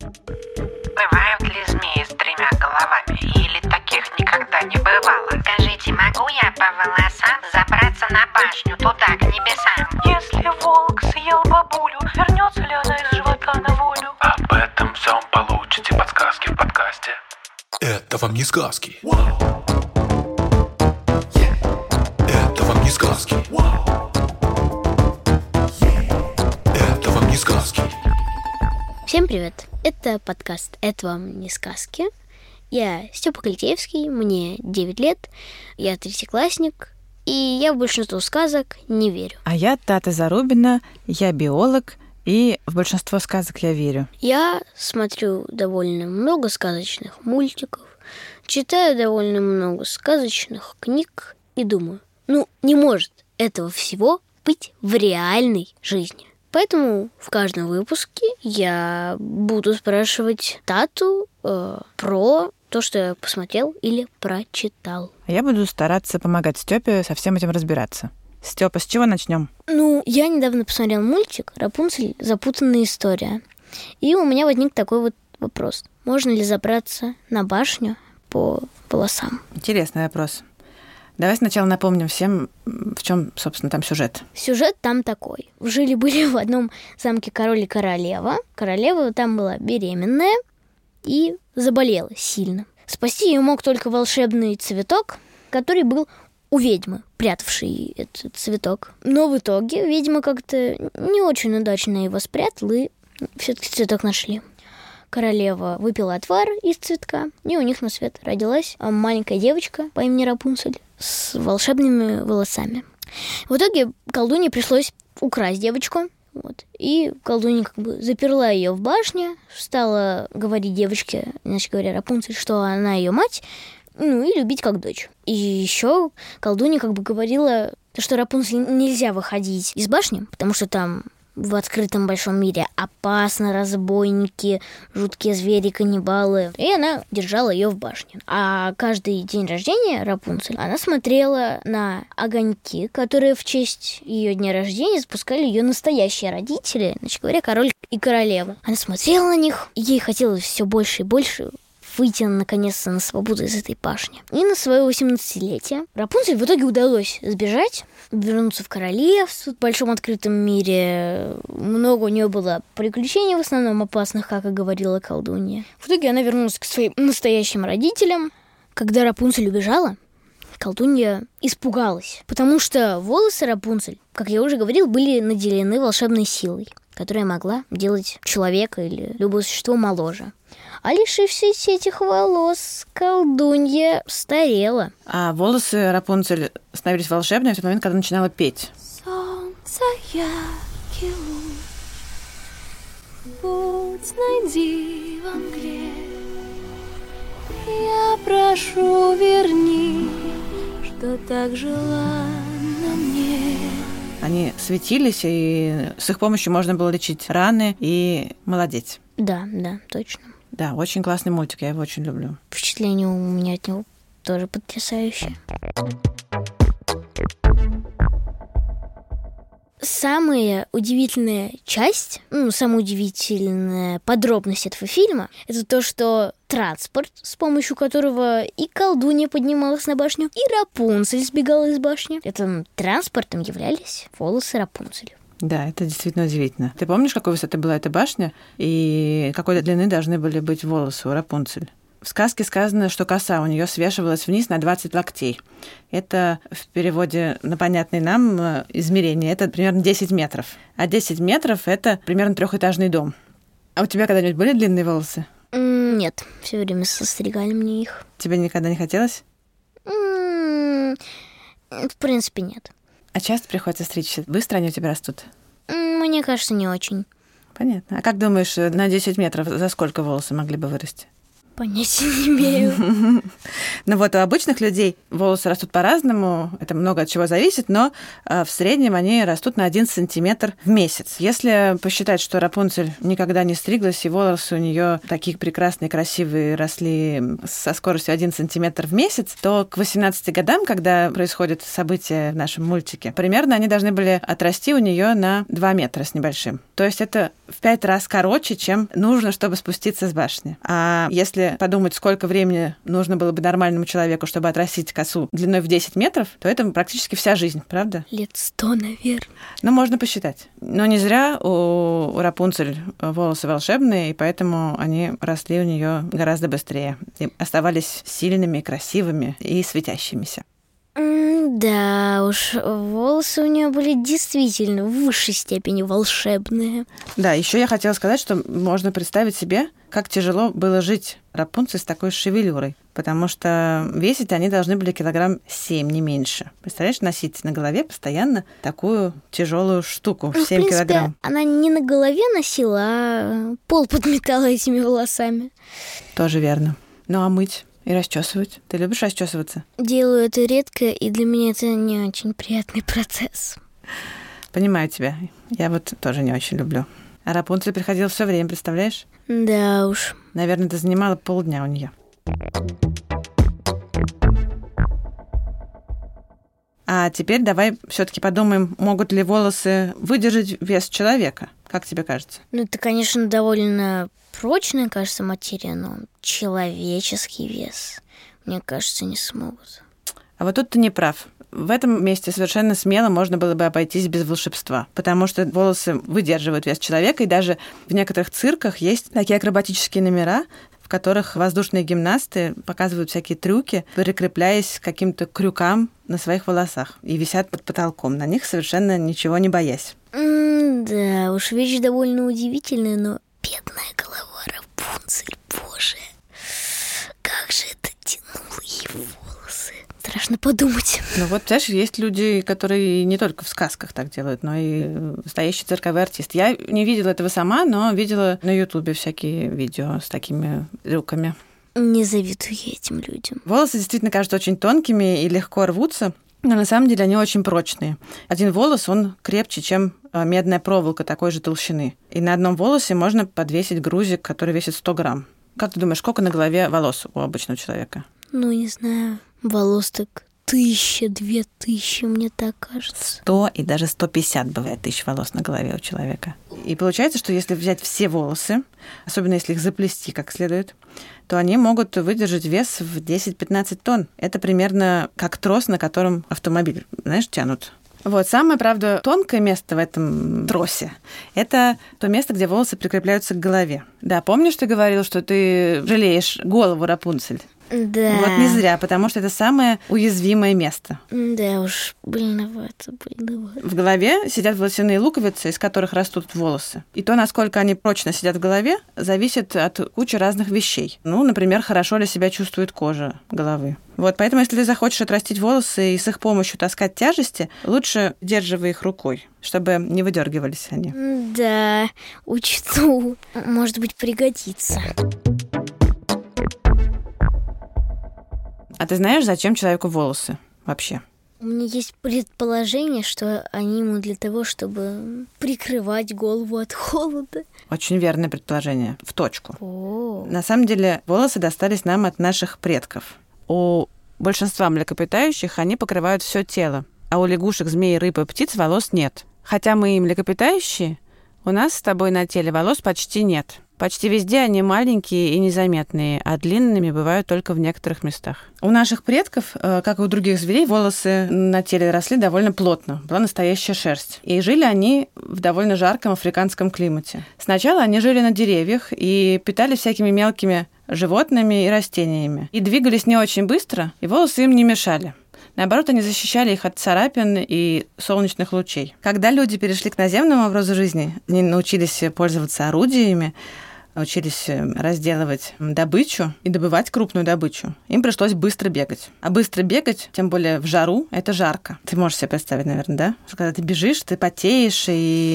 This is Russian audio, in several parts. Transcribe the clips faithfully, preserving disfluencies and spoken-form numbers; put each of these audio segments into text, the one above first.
Бывают ли змеи с тремя головами? Или таких никогда не бывало? Скажите, могу я по волосам забраться на башню, туда, к небесам? Если волк съел бабулю, вернется ли она из живота на волю? Об этом всем получите подсказки в подкасте. Это вам не сказки. Это вам не сказки. Это вам не сказки. Всем привет! Это подкаст «Это вам не сказки». Я Степа Калитеевский, мне девять лет, я третьеклассник, и я в большинство сказок не верю. А я Тата Зарубина, я биолог, и в большинство сказок я верю. Я смотрю довольно много сказочных мультиков, читаю довольно много сказочных книг и думаю, ну, не может этого всего быть в реальной жизни. Поэтому в каждом выпуске я буду спрашивать Тату э, про то, что я посмотрел или прочитал. А я буду стараться помогать Степе со всем этим разбираться. Степа, с чего начнем? Ну, я недавно посмотрел мультик «Рапунцель. Запутанная история». И у меня возник такой вот вопрос. Можно ли забраться на башню по волосам? Интересный вопрос. Давай сначала напомним всем, в чем, собственно, там сюжет. Сюжет там такой. Жили-были в одном замке король и королева. Королева там была беременная и заболела сильно. Спасти ее мог только волшебный цветок, который был у ведьмы, прятавший этот цветок. Но в итоге ведьма как-то не очень удачно его спрятала, и все-таки цветок нашли. Королева выпила отвар из цветка, и у них на свет родилась маленькая девочка по имени Рапунцель с волшебными волосами. В итоге колдунье пришлось украсть девочку, вот, и колдунья как бы заперла ее в башне, стала говорить девочке, иначе говоря, Рапунцель, что она ее мать, ну и любить как дочь. И еще колдунья как бы говорила, что Рапунцель нельзя выходить из башни, потому что там в открытом большом мире опасно, разбойники, жуткие звери, каннибалы. И она держала ее в башне. А каждый день рождения Рапунцель она смотрела на огоньки, которые в честь ее дня рождения запускали ее настоящие родители, значит говоря, король и королева. Она смотрела на них, и ей хотелось все больше и больше выйти наконец-то на свободу из этой башни. И на свое восемнадцатилетие Рапунцель в итоге удалось сбежать, вернуться в королевство. В большом открытом мире много у нее было приключений, в основном опасных, как и говорила колдунья. В итоге она вернулась к своим настоящим родителям. Когда Рапунцель убежала, колдунья испугалась, потому что волосы Рапунцель, как я уже говорил, были наделены волшебной силой, которая могла делать человека или любое существо моложе. А лишившись этих волос, колдунья старела. А волосы Рапунцель становились волшебными в тот момент, когда начинала петь. Солнце, яркий луч, путь найди во мгле. Я прошу, верни, что так желанно мне. Они светились, и с их помощью можно было лечить раны и молодеть. Да, да, точно. Да, очень классный мультик, я его очень люблю. Впечатление у меня от него тоже потрясающее. Самая удивительная часть, ну, самая удивительная подробность этого фильма, это то, что транспорт, с помощью которого и колдунья поднималась на башню, и Рапунцель сбегала из башни, этим транспортом являлись волосы Рапунцель. Да, это действительно удивительно. Ты помнишь, какой высоты была эта башня и какой длины должны были быть волосы у Рапунцель? В сказке сказано, что коса у нее свешивалась вниз на двадцать локтей. Это в переводе на понятный нам измерение, это примерно десять метров. А десять метров – это примерно трехэтажный дом. А у тебя когда-нибудь были длинные волосы? Нет, все время состригали мне их. Тебе никогда не хотелось? В принципе, нет. А часто приходится стричься? Быстро они у тебя растут? Мне кажется, не очень. Понятно. А как думаешь, на десять метров за сколько волосы могли бы вырасти? Понятия не имею. Ну вот у обычных людей волосы растут по-разному, это много от чего зависит, но в среднем они растут на один сантиметр в месяц. Если посчитать, что Рапунцель никогда не стриглась, и волосы у нее такие прекрасные, красивые, росли со скоростью один сантиметр в месяц, то к восемнадцати годам, когда происходит событие в нашем мультике, примерно они должны были отрасти у нее на два метра с небольшим. То есть это в пять раз короче, чем нужно, чтобы спуститься с башни. А если подумать, сколько времени нужно было бы нормальному человеку, чтобы отрастить косу длиной в десять метров, то это практически вся жизнь, правда? Лет сто, наверное. Ну, можно посчитать. Но не зря у Рапунцель волосы волшебные, и поэтому они росли у нее гораздо быстрее. И оставались сильными, красивыми и светящимися. Да уж, волосы у нее были действительно в высшей степени волшебные. Да, еще я хотела сказать, что можно представить себе, как тяжело было жить Рапунцель с такой шевелюрой, потому что весить они должны были килограмм семь, не меньше. Представляешь, носить на голове постоянно такую тяжелую штуку, ну, семь в принципе, килограмм. Она не на голове носила, а пол подметала этими волосами. Тоже верно. Ну а мыть и расчесывать? Ты любишь расчесываться? Делаю это редко, и для меня это не очень приятный процесс. Понимаю тебя. Я вот тоже не очень люблю. А Рапунцель приходила все время, представляешь? Да уж. Наверное, это занимало полдня у нее. А теперь давай все-таки подумаем, могут ли волосы выдержать вес человека? Как тебе кажется? Ну, это, конечно, довольно прочная, кажется, материя, но человеческий вес, мне кажется, не смогут. А вот тут ты не прав. В этом месте совершенно смело можно было бы обойтись без волшебства, потому что волосы выдерживают вес человека, и даже в некоторых цирках есть такие акробатические номера, в которых воздушные гимнасты показывают всякие трюки, прикрепляясь к каким-то крюкам на своих волосах и висят под потолком, на них совершенно ничего не боясь. М-да, уж вещь довольно удивительная, но бедная голова Рапунцель, боже, как же это тянуло ей волосы. Страшно подумать. Ну вот, знаешь, есть люди, которые не только в сказках так делают, но и настоящие цирковые артисты. Я не видела этого сама, но видела на Ютубе всякие видео с такими трюками. Не завидую я этим людям. Волосы действительно кажутся очень тонкими и легко рвутся, но на самом деле они очень прочные. Один волос, он крепче, чем медная проволока такой же толщины. И на одном волосе можно подвесить грузик, который весит сто грамм. Как ты думаешь, сколько на голове волос у обычного человека? Ну, не знаю. Волос так тысяча, две тысячи, мне так кажется. Сто и даже сто пятьдесят бывает тысяч волос на голове у человека. И получается, что если взять все волосы, особенно если их заплести как следует, то они могут выдержать вес в десять-пятнадцать тонн. Это примерно как трос, на котором автомобиль, знаешь, тянут. Вот, самое, правда, тонкое место в этом тросе – это то место, где волосы прикрепляются к голове. Да, помнишь, ты говорил, что ты жалеешь голову Рапунцель? Да. Вот не зря, потому что это самое уязвимое место. Да уж, больновато, больновато. В голове сидят волосяные луковицы, из которых растут волосы. И то, насколько они прочно сидят в голове, зависит от кучи разных вещей. Ну, например, хорошо ли себя чувствует кожа головы. Вот, поэтому, если ты захочешь отрастить волосы и с их помощью таскать тяжести, лучше держи их рукой, чтобы не выдергивались они. Да, учту. Может быть, пригодится. А ты знаешь, зачем человеку волосы вообще? У меня есть предположение, что они ему для того, чтобы прикрывать голову от холода. Очень верное предположение. В точку. О. На самом деле, волосы достались нам от наших предков. У большинства млекопитающих они покрывают все тело, а у лягушек, змей, рыб и птиц волос нет. Хотя мы и млекопитающие, у нас с тобой на теле волос почти нет. Почти везде они маленькие и незаметные, а длинными бывают только в некоторых местах. У наших предков, как и у других зверей, волосы на теле росли довольно плотно. Была настоящая шерсть. И жили они в довольно жарком африканском климате. Сначала они жили на деревьях и питались всякими мелкими животными и растениями. И двигались не очень быстро, и волосы им не мешали. Наоборот, они защищали их от царапин и солнечных лучей. Когда люди перешли к наземному образу жизни, они научились пользоваться орудиями, научились разделывать добычу и добывать крупную добычу. Им пришлось быстро бегать. А быстро бегать, тем более в жару, это жарко. Ты можешь себе представить, наверное, да? Что когда ты бежишь, ты потеешь, и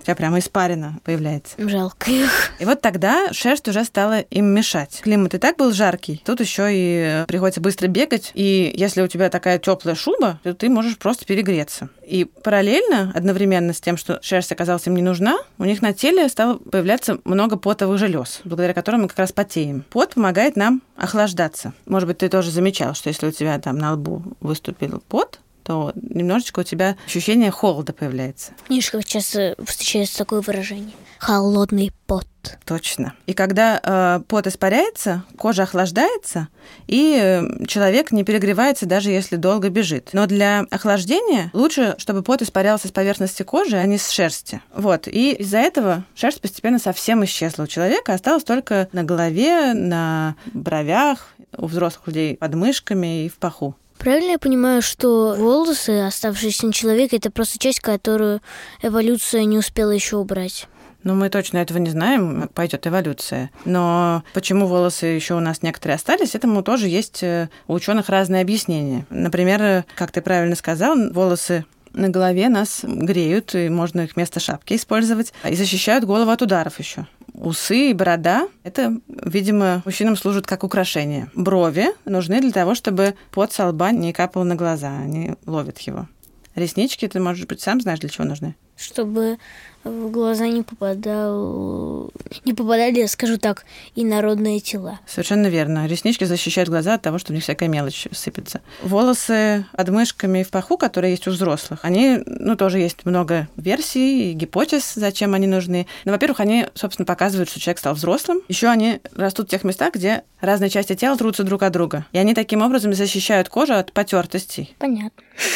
У тебя прямо испарина появляется. Жалко их. И вот тогда шерсть уже стала им мешать. Климат и так был жаркий, тут еще и приходится быстро бегать. И если у тебя такая теплая шуба, то ты можешь просто перегреться. И параллельно, одновременно с тем, что шерсть оказалась им не нужна, у них на теле стало появляться много потовых желез, благодаря которым мы как раз потеем. Пот помогает нам охлаждаться. Может быть, ты тоже замечал, что если у тебя там на лбу выступил пот, то немножечко у тебя ощущение холода появляется. В книжках часто встречается такое выражение. Холодный пот. Точно. И когда э, пот испаряется, кожа охлаждается, и э, человек не перегревается, даже если долго бежит. Но для охлаждения лучше, чтобы пот испарялся с поверхности кожи, а не с шерсти. Вот. И из-за этого шерсть постепенно совсем исчезла у человека, осталась только на голове, на бровях, у взрослых людей под мышками и в паху. Правильно я понимаю, что волосы, оставшиеся на человеке, это просто часть, которую эволюция не успела еще убрать? Ну, мы точно этого не знаем, как пойдет эволюция. Но почему волосы еще у нас некоторые остались, этому тоже есть у ученых разные объяснения. Например, как ты правильно сказал, волосы на голове нас греют, и можно их вместо шапки использовать, и защищают голову от ударов еще. Усы и борода – это, видимо, мужчинам служат как украшение. Брови нужны для того, чтобы пот со лба не капал на глаза, они ловят его. Реснички, ты, может быть, сам знаешь, для чего нужны? Чтобы в глаза не попадал... не попадали, скажу так, инородные тела. Совершенно верно. Реснички защищают глаза от того, что в них всякая мелочь сыпется. Волосы под мышками и в паху, которые есть у взрослых, они, ну, тоже есть много версий и гипотез, зачем они нужны. Но, во-первых, они, собственно, показывают, что человек стал взрослым. Еще они растут в тех местах, где разные части тела трутся друг от друга. И они таким образом защищают кожу от потертостей. Понятно.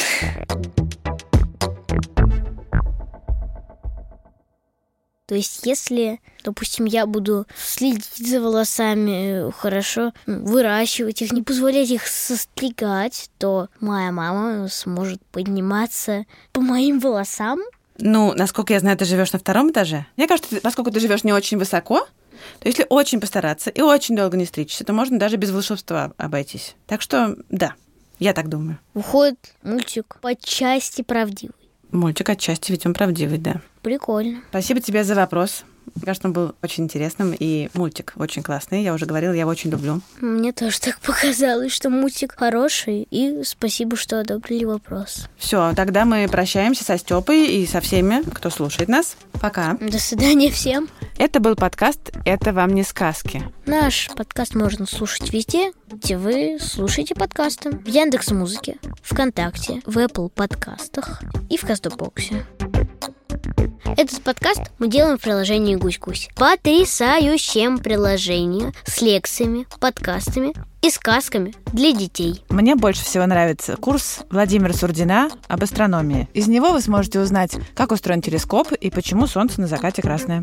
То есть, если, допустим, я буду следить за волосами хорошо, выращивать их, не позволять их состригать, то моя мама сможет подниматься по моим волосам. Ну, насколько я знаю, ты живешь на втором этаже. Мне кажется, поскольку ты живешь не очень высоко, то если очень постараться и очень долго не стричься, то можно даже без волшебства обойтись. Так что, да, я так думаю. Выходит мультик по части правдивый. Мультик отчасти, ведь он правдивый, да. Прикольно. Спасибо тебе за вопрос. Мне кажется, он был очень интересным, и мультик очень классный. Я уже говорила, я его очень люблю. Мне тоже так показалось, что мультик хороший, и спасибо, что одобрили вопрос. Все, тогда мы прощаемся со Стёпой и со всеми, кто слушает нас. Пока. До свидания всем. Это был подкаст «Это вам не сказки». Наш подкаст можно слушать везде, где вы слушаете подкасты. В Яндекс.Музыке, ВКонтакте, в Apple подкастах и в Кастбоксе. Этот подкаст мы делаем в приложении «Гусь-Гусь». Потрясающем приложении с лекциями, подкастами и сказками для детей. Мне больше всего нравится курс Владимира Сурдина об астрономии. Из него вы сможете узнать, как устроен телескоп и почему Солнце на закате красное.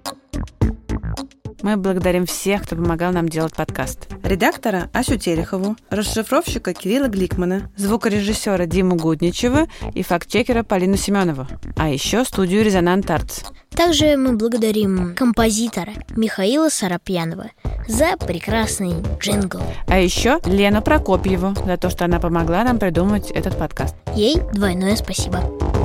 Мы благодарим всех, кто помогал нам делать подкаст. Редактора Асю Терехову, расшифровщика Кирилла Гликмана, звукорежиссера Диму Гудничева и фактчекера Полину Семенову. А еще студию «Резонант Артс». Также мы благодарим композитора Михаила Сарапьянова за прекрасный джингл. А еще Лену Прокопьеву за то, что она помогла нам придумать этот подкаст. Ей двойное спасибо.